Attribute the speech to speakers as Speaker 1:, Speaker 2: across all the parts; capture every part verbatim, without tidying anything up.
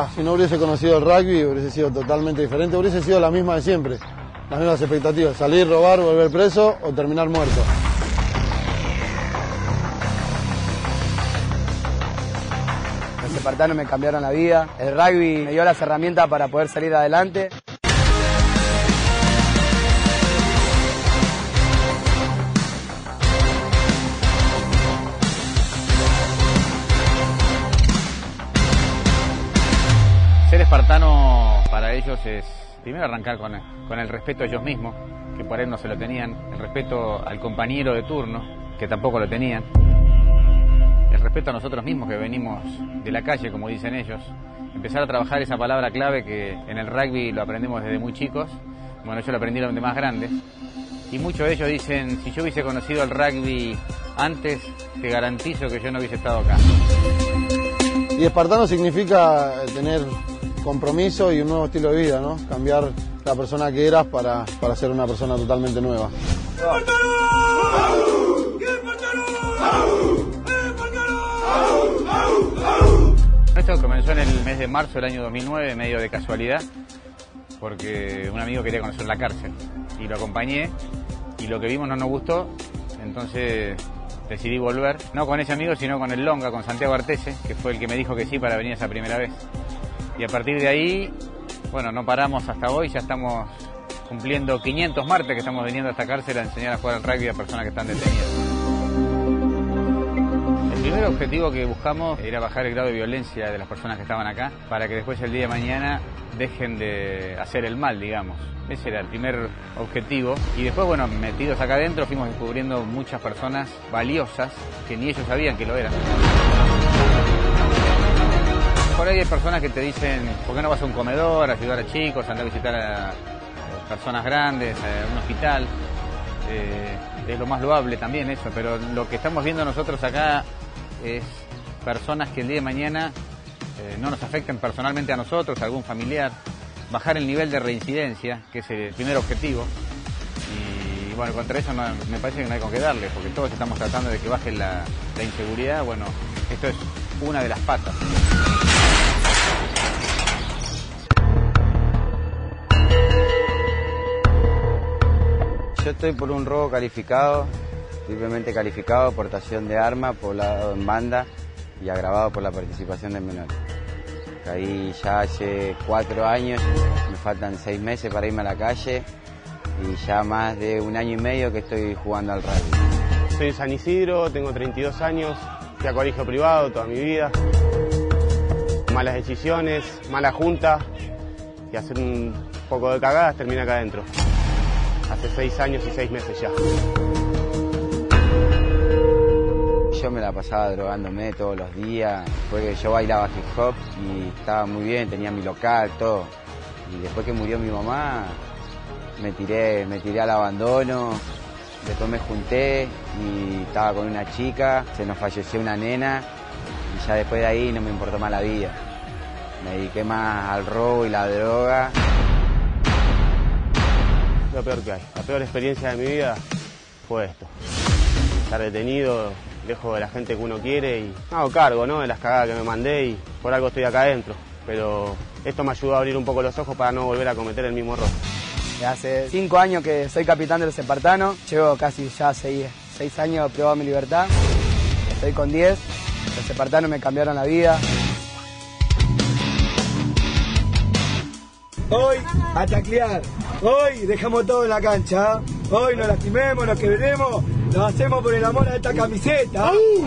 Speaker 1: vida, si no hubiese conocido el rugby, hubiese sido totalmente diferente, hubiese sido la misma de siempre, las mismas expectativas, salir, robar, volver preso o terminar muerto.
Speaker 2: Los espartanos me cambiaron la vida, el rugby me dio las herramientas para poder salir adelante.
Speaker 3: Ser espartano para ellos es primero arrancar con el, con el respeto a ellos mismos, que por él no se lo tenían, el respeto al compañero de turno, que tampoco lo tenían, el respeto a nosotros mismos que venimos de la calle, como dicen ellos, empezar a trabajar esa palabra clave que en el rugby lo aprendemos desde muy chicos, bueno, ellos lo aprendieron de más grandes, y muchos de ellos dicen, si yo hubiese conocido el rugby antes, te garantizo que yo no hubiese estado acá.
Speaker 1: Y espartano significa tener compromiso y un nuevo estilo de vida, ¿no? Cambiar la persona que eras para, para ser una persona totalmente nueva.
Speaker 3: Esto comenzó en el mes de marzo del año dos mil nueve, medio de casualidad, porque un amigo quería conocer la cárcel y lo acompañé y lo que vimos no nos gustó, entonces decidí volver, no con ese amigo sino con el Longa, con Santiago Artese, que fue el que me dijo que sí para venir esa primera vez. Y a partir de ahí, bueno, no paramos hasta hoy, ya estamos cumpliendo quinientos martes que estamos viniendo a esta cárcel a enseñar a jugar al rugby a personas que están detenidas. El primer objetivo que buscamos era bajar el grado de violencia de las personas que estaban acá, para que después el día de mañana dejen de hacer el mal, digamos. Ese era el primer objetivo. Y después, bueno, metidos acá adentro fuimos descubriendo muchas personas valiosas que ni ellos sabían que lo eran. Por ahí hay personas que te dicen, ¿por qué no vas a un comedor, a ayudar a chicos, a andar a visitar a, a personas grandes, a un hospital? Eh, es lo más loable también eso, pero lo que estamos viendo nosotros acá es personas que el día de mañana eh, no nos afecten personalmente a nosotros, a algún familiar, bajar el nivel de reincidencia, que es el primer objetivo. Y bueno, contra eso no, me parece que no hay con qué darle, porque todos estamos tratando de que baje la, la inseguridad. Bueno, esto es una de las patas.
Speaker 4: Yo estoy por un robo calificado, simplemente calificado, portación de arma, poblado en banda y agravado por la participación de menores. Caí ya hace cuatro años, me faltan seis meses para irme a la calle y ya más de un año y medio que estoy jugando al rugby.
Speaker 5: Soy de San Isidro, tengo treinta y dos años, fui a colegio privado toda mi vida. Malas decisiones, mala junta y hacer un poco de cagadas terminé acá adentro. Hace seis años y seis meses ya.
Speaker 4: Yo me la pasaba drogándome todos los días, porque yo bailaba hip hop y estaba muy bien, tenía mi local, todo. Y después que murió mi mamá, me tiré, me tiré al abandono, después me junté y estaba con una chica, se nos falleció una nena y ya después de ahí no me importó más la vida. Me dediqué más al robo y la droga.
Speaker 5: Lo peor que hay, la peor experiencia de mi vida fue esto. Estar detenido, lejos de la gente que uno quiere y me hago cargo, ¿no?, de las cagadas que me mandé y por algo estoy acá adentro. Pero esto me ayudó a abrir un poco los ojos para no volver a cometer el mismo error.
Speaker 2: Hace cinco años que soy capitán de los espartanos, llevo casi ya seis, seis años privado de mi libertad, estoy con diez, los espartanos me cambiaron la vida.
Speaker 6: Hoy a taclear, hoy dejamos todo en la cancha, hoy nos lastimemos, nos quebremos, lo hacemos por el amor a esta camiseta. ¡Uh!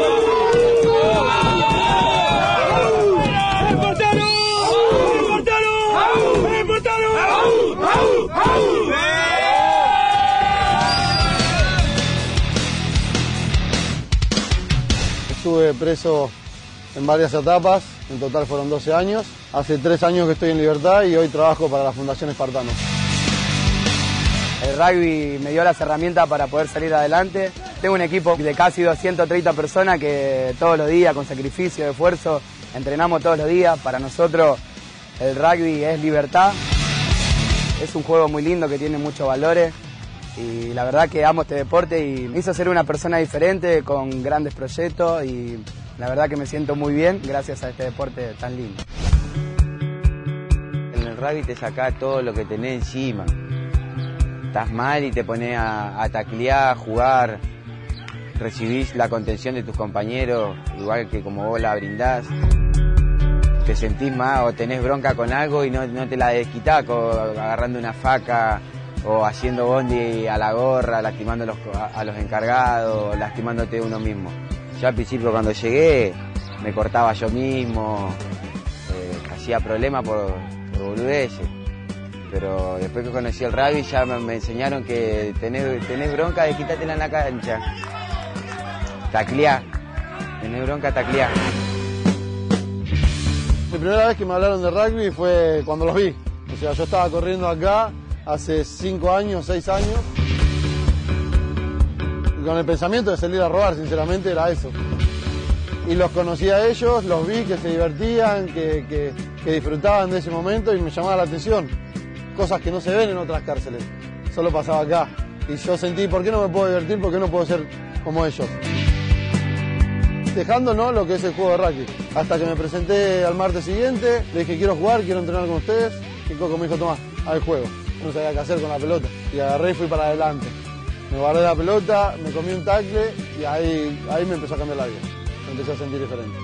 Speaker 6: ¡Espartano! ¡Espartano! ¡Espartano!
Speaker 1: Estuve preso en varias etapas, en total fueron doce años. Hace tres años que estoy en libertad y hoy trabajo para la Fundación Espartano.
Speaker 2: El rugby me dio las herramientas para poder salir adelante. Tengo un equipo de casi doscientas treinta personas que todos los días, con sacrificio, esfuerzo, entrenamos todos los días. Para nosotros el rugby es libertad. Es un juego muy lindo que tiene muchos valores y la verdad que amo este deporte y me hizo ser una persona diferente con grandes proyectos y la verdad que me siento muy bien gracias a este deporte tan lindo.
Speaker 4: rugby te saca todo lo que tenés encima. Estás mal y te pones a, a taclear, a jugar, recibís la contención de tus compañeros, igual que como vos la brindás. Te sentís más o tenés bronca con algo y no, no te la desquitás, agarrando una faca o haciendo bondi a la gorra, lastimando a los, a los encargados, lastimándote uno mismo. Yo al principio cuando llegué me cortaba yo mismo, eh, hacía problemas por, por boludeces. Pero después que conocí el rugby ya me, me enseñaron que tenés, tenés bronca, desquitátela en la cancha. Tacleá, tenés bronca, tacleá.
Speaker 1: La primera vez que me hablaron de rugby fue cuando los vi. O sea, yo estaba corriendo acá hace cinco años, seis años. Y con el pensamiento de salir a robar, sinceramente, era eso. Y los conocí a ellos, los vi que se divertían, que, que, que disfrutaban de ese momento y me llamaba la atención. Cosas que no se ven en otras cárceles, solo pasaba acá. Y yo sentí, ¿por qué no me puedo divertir? ¿Por qué no puedo ser como ellos? Dejando ¿no? lo que es el juego de rugby. Hasta que me presenté al martes siguiente, le dije, quiero jugar, quiero entrenar con ustedes. Y Coco me dijo, tomá, al juego. No sabía qué hacer con la pelota. Y agarré y fui para adelante. Me guardé la pelota, me comí un tackle y ahí, ahí me empezó a cambiar la vida. Me empecé a sentir diferente.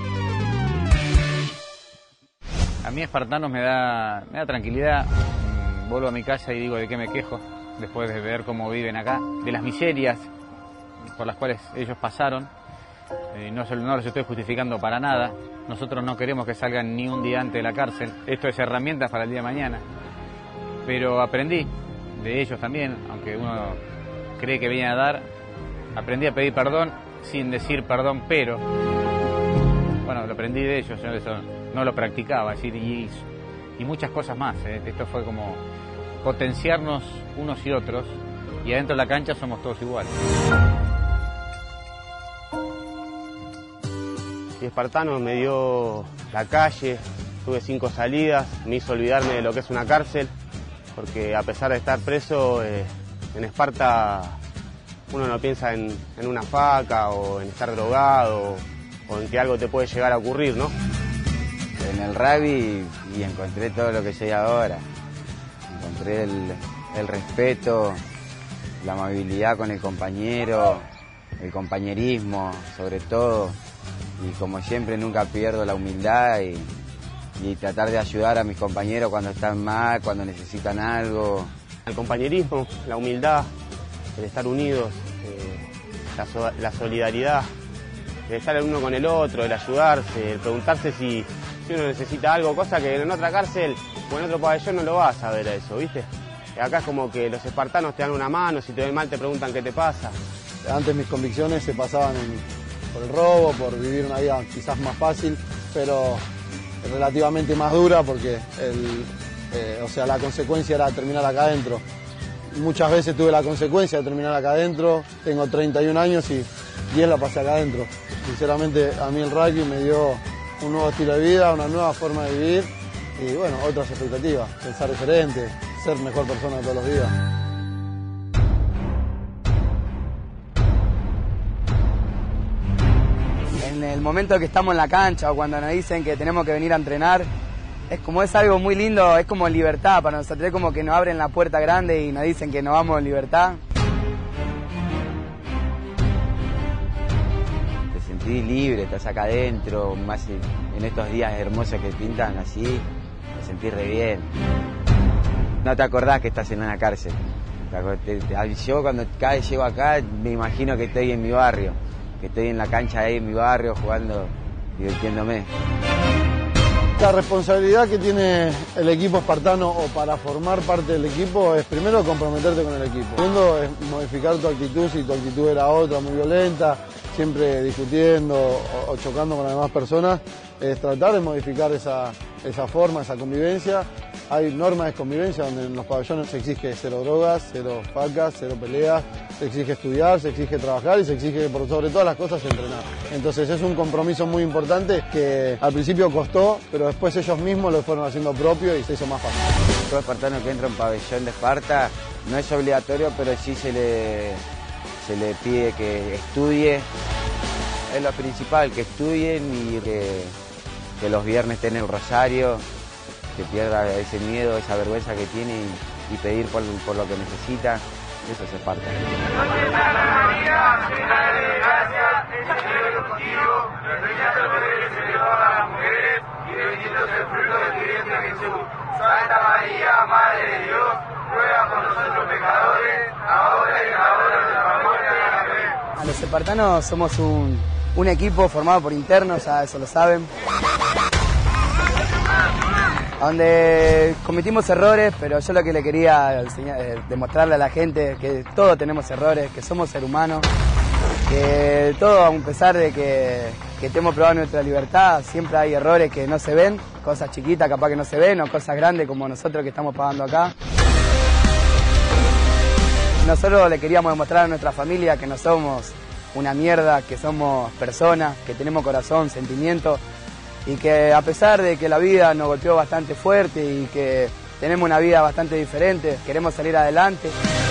Speaker 3: A mí Espartanos me da, me da tranquilidad. Vuelvo a mi casa y digo de qué me quejo, después de ver cómo viven acá, de las miserias por las cuales ellos pasaron. Eh, no, no los estoy justificando para nada. Nosotros no queremos que salgan ni un día antes de la cárcel. Esto es herramientas para el día de mañana. Pero aprendí de ellos también, aunque uno cree que viene a dar. Aprendí a pedir perdón sin decir perdón, pero... Bueno, lo aprendí de ellos, yo eso no lo practicaba, es decir, y, y muchas cosas más. ¿eh? Esto fue como potenciarnos unos y otros, y adentro de la cancha somos todos iguales.
Speaker 5: Y Espartanos me dio la calle, tuve cinco salidas, me hizo olvidarme de lo que es una cárcel, porque a pesar de estar preso, eh, en Esparta uno no piensa en, en una faca o en estar drogado o en que algo te puede llegar a ocurrir, ¿no?
Speaker 4: En el rugby y encontré todo lo que soy ahora. Encontré el, el respeto, la amabilidad con el compañero, el compañerismo, sobre todo. Y como siempre nunca pierdo la humildad y, y tratar de ayudar a mis compañeros cuando están mal, cuando necesitan algo.
Speaker 5: El compañerismo, la humildad, el estar unidos, eh, la, so la solidaridad, el estar el uno con el otro, el ayudarse, el preguntarse si, si uno necesita algo, cosa que en otra cárcel o en otro pabellón no lo vas a ver a eso, ¿viste? Acá es como que los espartanos te dan una mano, si te ven mal te preguntan qué te pasa.
Speaker 1: Antes mis convicciones se pasaban en, por el robo, por vivir una vida quizás más fácil, pero relativamente más dura porque el, eh, o sea, la consecuencia era terminar acá adentro. Muchas veces tuve la consecuencia de terminar acá adentro, tengo treinta y un años y diez la pasé acá adentro. Sinceramente a mí el rugby me dio un nuevo estilo de vida, una nueva forma de vivir y bueno, otras expectativas, pensar diferente, ser mejor persona todos los días.
Speaker 2: En el momento que estamos en la cancha o cuando nos dicen que tenemos que venir a entrenar, es como es algo muy lindo, es como libertad para nosotros, es como que nos abren la puerta grande y nos dicen que nos vamos en libertad.
Speaker 4: Te sentís libre, estás acá adentro, más en estos días hermosos que pintan así, te sentís re bien. No te acordás que estás en una cárcel. Yo cuando cada vez llego acá me imagino que estoy en mi barrio, que estoy en la cancha ahí en mi barrio jugando, divirtiéndome.
Speaker 1: La responsabilidad que tiene el equipo espartano o para formar parte del equipo es primero comprometerte con el equipo. Segundo es modificar tu actitud si tu actitud era otra, muy violenta, siempre discutiendo o, o chocando con las demás personas. Es tratar de modificar esa, esa forma, esa convivencia. Hay normas de convivencia donde en los pabellones se exige cero drogas, cero facas, cero peleas, se exige estudiar, se exige trabajar y se exige por sobre todas las cosas entrenar. Entonces es un compromiso muy importante que al principio costó, pero después ellos mismos lo fueron haciendo propio y se hizo más fácil.
Speaker 4: Todo espartano que entra en pabellón de Esparta no es obligatorio, pero sí se le, se le pide que estudie. Es lo principal, que estudien y que, que los viernes estén en el rosario, que pierda ese miedo, esa vergüenza que tiene y, y pedir por, por lo que necesita. Eso es Esparta.
Speaker 7: Santa María, Madre de Dios, ruega por nosotros pecadores, ahora y en la hora de nuestra muerte. Amén.
Speaker 2: Los espartanos somos un, un equipo formado por internos, ya eso lo saben, donde cometimos errores, pero yo lo que le quería enseñar, eh, demostrarle a la gente que todos tenemos errores, que somos seres humanos, que todo, a pesar de que, que estemos probando nuestra libertad, siempre hay errores que no se ven, cosas chiquitas capaz que no se ven, o cosas grandes como nosotros que estamos pagando acá. Nosotros le queríamos demostrar a nuestra familia que no somos una mierda, que somos personas, que tenemos corazón, sentimiento, y que a pesar de que la vida nos golpeó bastante fuerte y que tenemos una vida bastante diferente, queremos salir adelante.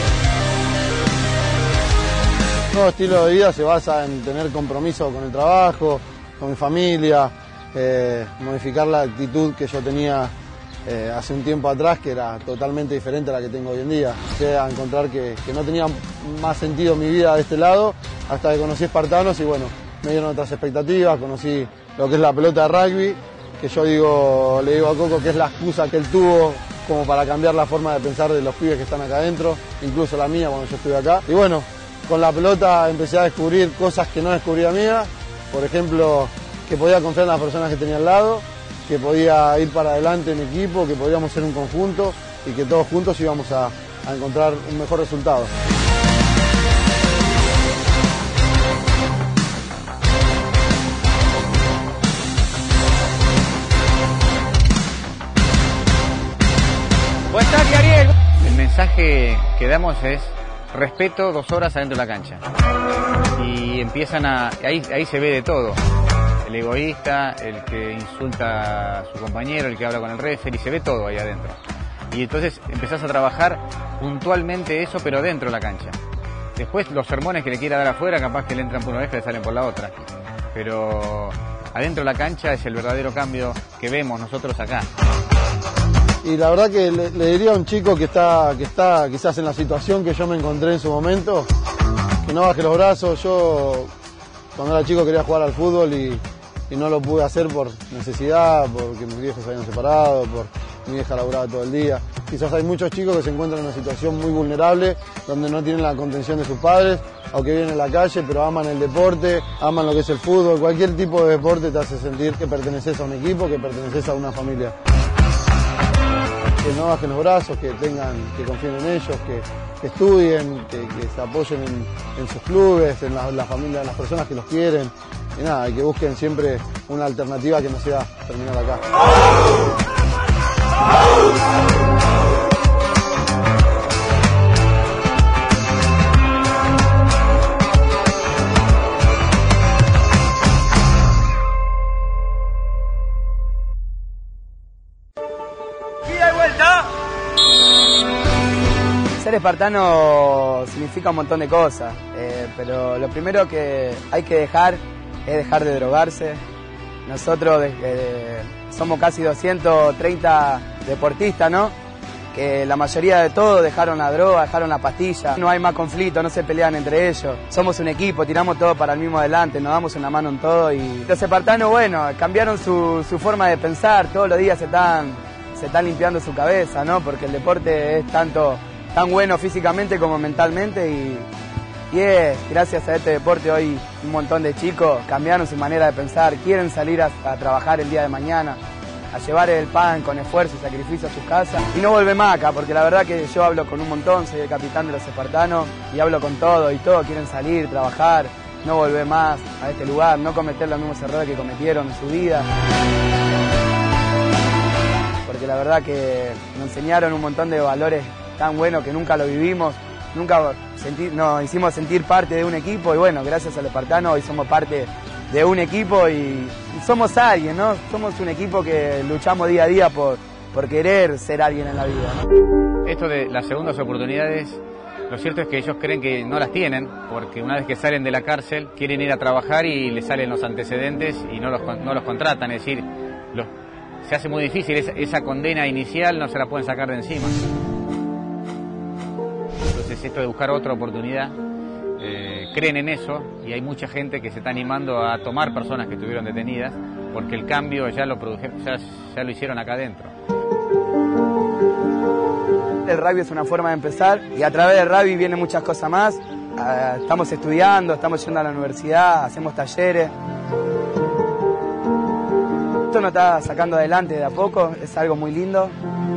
Speaker 1: Un nuevo estilo de vida se basa en tener compromiso con el trabajo, con mi familia, eh, modificar la actitud que yo tenía eh, hace un tiempo atrás, que era totalmente diferente a la que tengo hoy en día. Llegué a encontrar que, que no tenía más sentido mi vida de este lado, hasta que conocí Espartanos y bueno, me dieron otras expectativas, conocí lo que es la pelota de rugby, que yo digo, le digo a Coco que es la excusa que él tuvo como para cambiar la forma de pensar de los pibes que están acá adentro, incluso la mía cuando yo estuve acá. Y bueno, con la pelota empecé a descubrir cosas que no descubría mía, por ejemplo, que podía confiar en las personas que tenía al lado, que podía ir para adelante en equipo, que podíamos ser un conjunto y que todos juntos íbamos a, a encontrar un mejor resultado.
Speaker 3: Buen saque, Ariel. El mensaje que damos es respeto dos horas adentro de la cancha. Y empiezan a... Ahí, ahí se ve de todo. El egoísta, el que insulta a su compañero, el que habla con el referee, se ve todo ahí adentro. Y entonces empezás a trabajar puntualmente eso, pero dentro de la cancha. Después los sermones que le quiera dar afuera, capaz que le entran por una vez, que le salen por la otra. Pero adentro de la cancha es el verdadero cambio que vemos nosotros acá.
Speaker 1: Y la verdad que le, le diría a un chico que está, que está quizás en la situación que yo me encontré en su momento, que no baje los brazos. Yo cuando era chico quería jugar al fútbol y, y no lo pude hacer por necesidad, porque mis viejos se habían separado, por mi vieja laburaba todo el día. Quizás hay muchos chicos que se encuentran en una situación muy vulnerable, donde no tienen la contención de sus padres, o que viven en la calle, pero aman el deporte, aman lo que es el fútbol. Cualquier tipo de deporte te hace sentir que perteneces a un equipo, que perteneces a una familia. Que no bajen los brazos, que tengan, que confíen en ellos, que, que estudien, que, que se apoyen en, en sus clubes, en la, la familia, en las personas que los quieren. Y nada, y que busquen siempre una alternativa que no sea terminar acá.
Speaker 2: Ser espartano significa un montón de cosas, eh, pero lo primero que hay que dejar es dejar de drogarse. Nosotros eh, somos casi doscientos treinta deportistas, ¿no? Que la mayoría de todos dejaron la droga, dejaron la pastilla. No hay más conflicto, no se pelean entre ellos. Somos un equipo, tiramos todo para el mismo adelante, nos damos una mano en todo. Y los espartanos, bueno, cambiaron su, su forma de pensar, todos los días se están, se están limpiando su cabeza, ¿no? Porque el deporte es tanto... tan bueno físicamente como mentalmente y, y es gracias a este deporte hoy un montón de chicos cambiaron su manera de pensar, quieren salir a, a trabajar el día de mañana, a llevar el pan con esfuerzo y sacrificio a sus casas y no volver más acá, porque la verdad que yo hablo con un montón, soy el capitán de los espartanos y hablo con todos y todos quieren salir, trabajar, no volver más a este lugar, no cometer los mismos errores que cometieron en su vida. Porque la verdad que nos enseñaron un montón de valores tan bueno que nunca lo vivimos, nunca senti nos hicimos sentir parte de un equipo y bueno, gracias al espartano hoy somos parte de un equipo y, y somos alguien, ¿no? Somos un equipo que luchamos día a día por, por querer ser alguien en la vida, ¿no?
Speaker 3: Esto de las segundas oportunidades, lo cierto es que ellos creen que no las tienen, porque una vez que salen de la cárcel quieren ir a trabajar y les salen los antecedentes y no los, no los contratan, es decir, los se hace muy difícil, esa, esa condena inicial no se la pueden sacar de encima. Entonces esto de buscar otra oportunidad, eh, creen en eso y hay mucha gente que se está animando a tomar personas que estuvieron detenidas porque el cambio ya lo, produjeron, ya, ya lo hicieron acá adentro.
Speaker 2: El rugby es una forma de empezar y a través del rugby vienen muchas cosas más. Uh, estamos estudiando, estamos yendo a la universidad, hacemos talleres. Esto nos está sacando adelante de a poco, es algo muy lindo.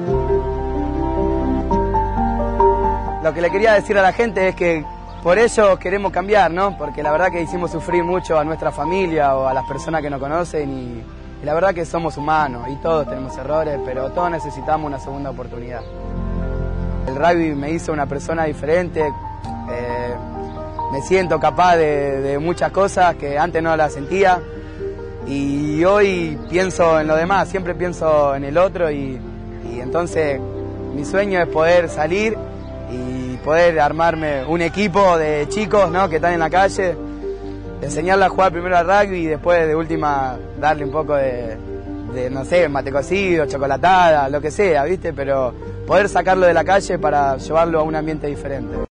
Speaker 2: Lo que le quería decir a la gente es que por ello queremos cambiar, ¿no? Porque la verdad que hicimos sufrir mucho a nuestra familia o a las personas que nos conocen y, y la verdad que somos humanos y todos tenemos errores, pero todos necesitamos una segunda oportunidad. El rugby me hizo una persona diferente, eh, me siento capaz de, de muchas cosas que antes no las sentía y hoy pienso en lo demás, siempre pienso en el otro y, y entonces mi sueño es poder salir y poder armarme un equipo de chicos, ¿no?, que están en la calle, enseñarles a jugar primero al rugby y después de última darle un poco de, de no sé, mate cocido, chocolatada, lo que sea, ¿viste? Pero poder sacarlo de la calle para llevarlo a un ambiente diferente.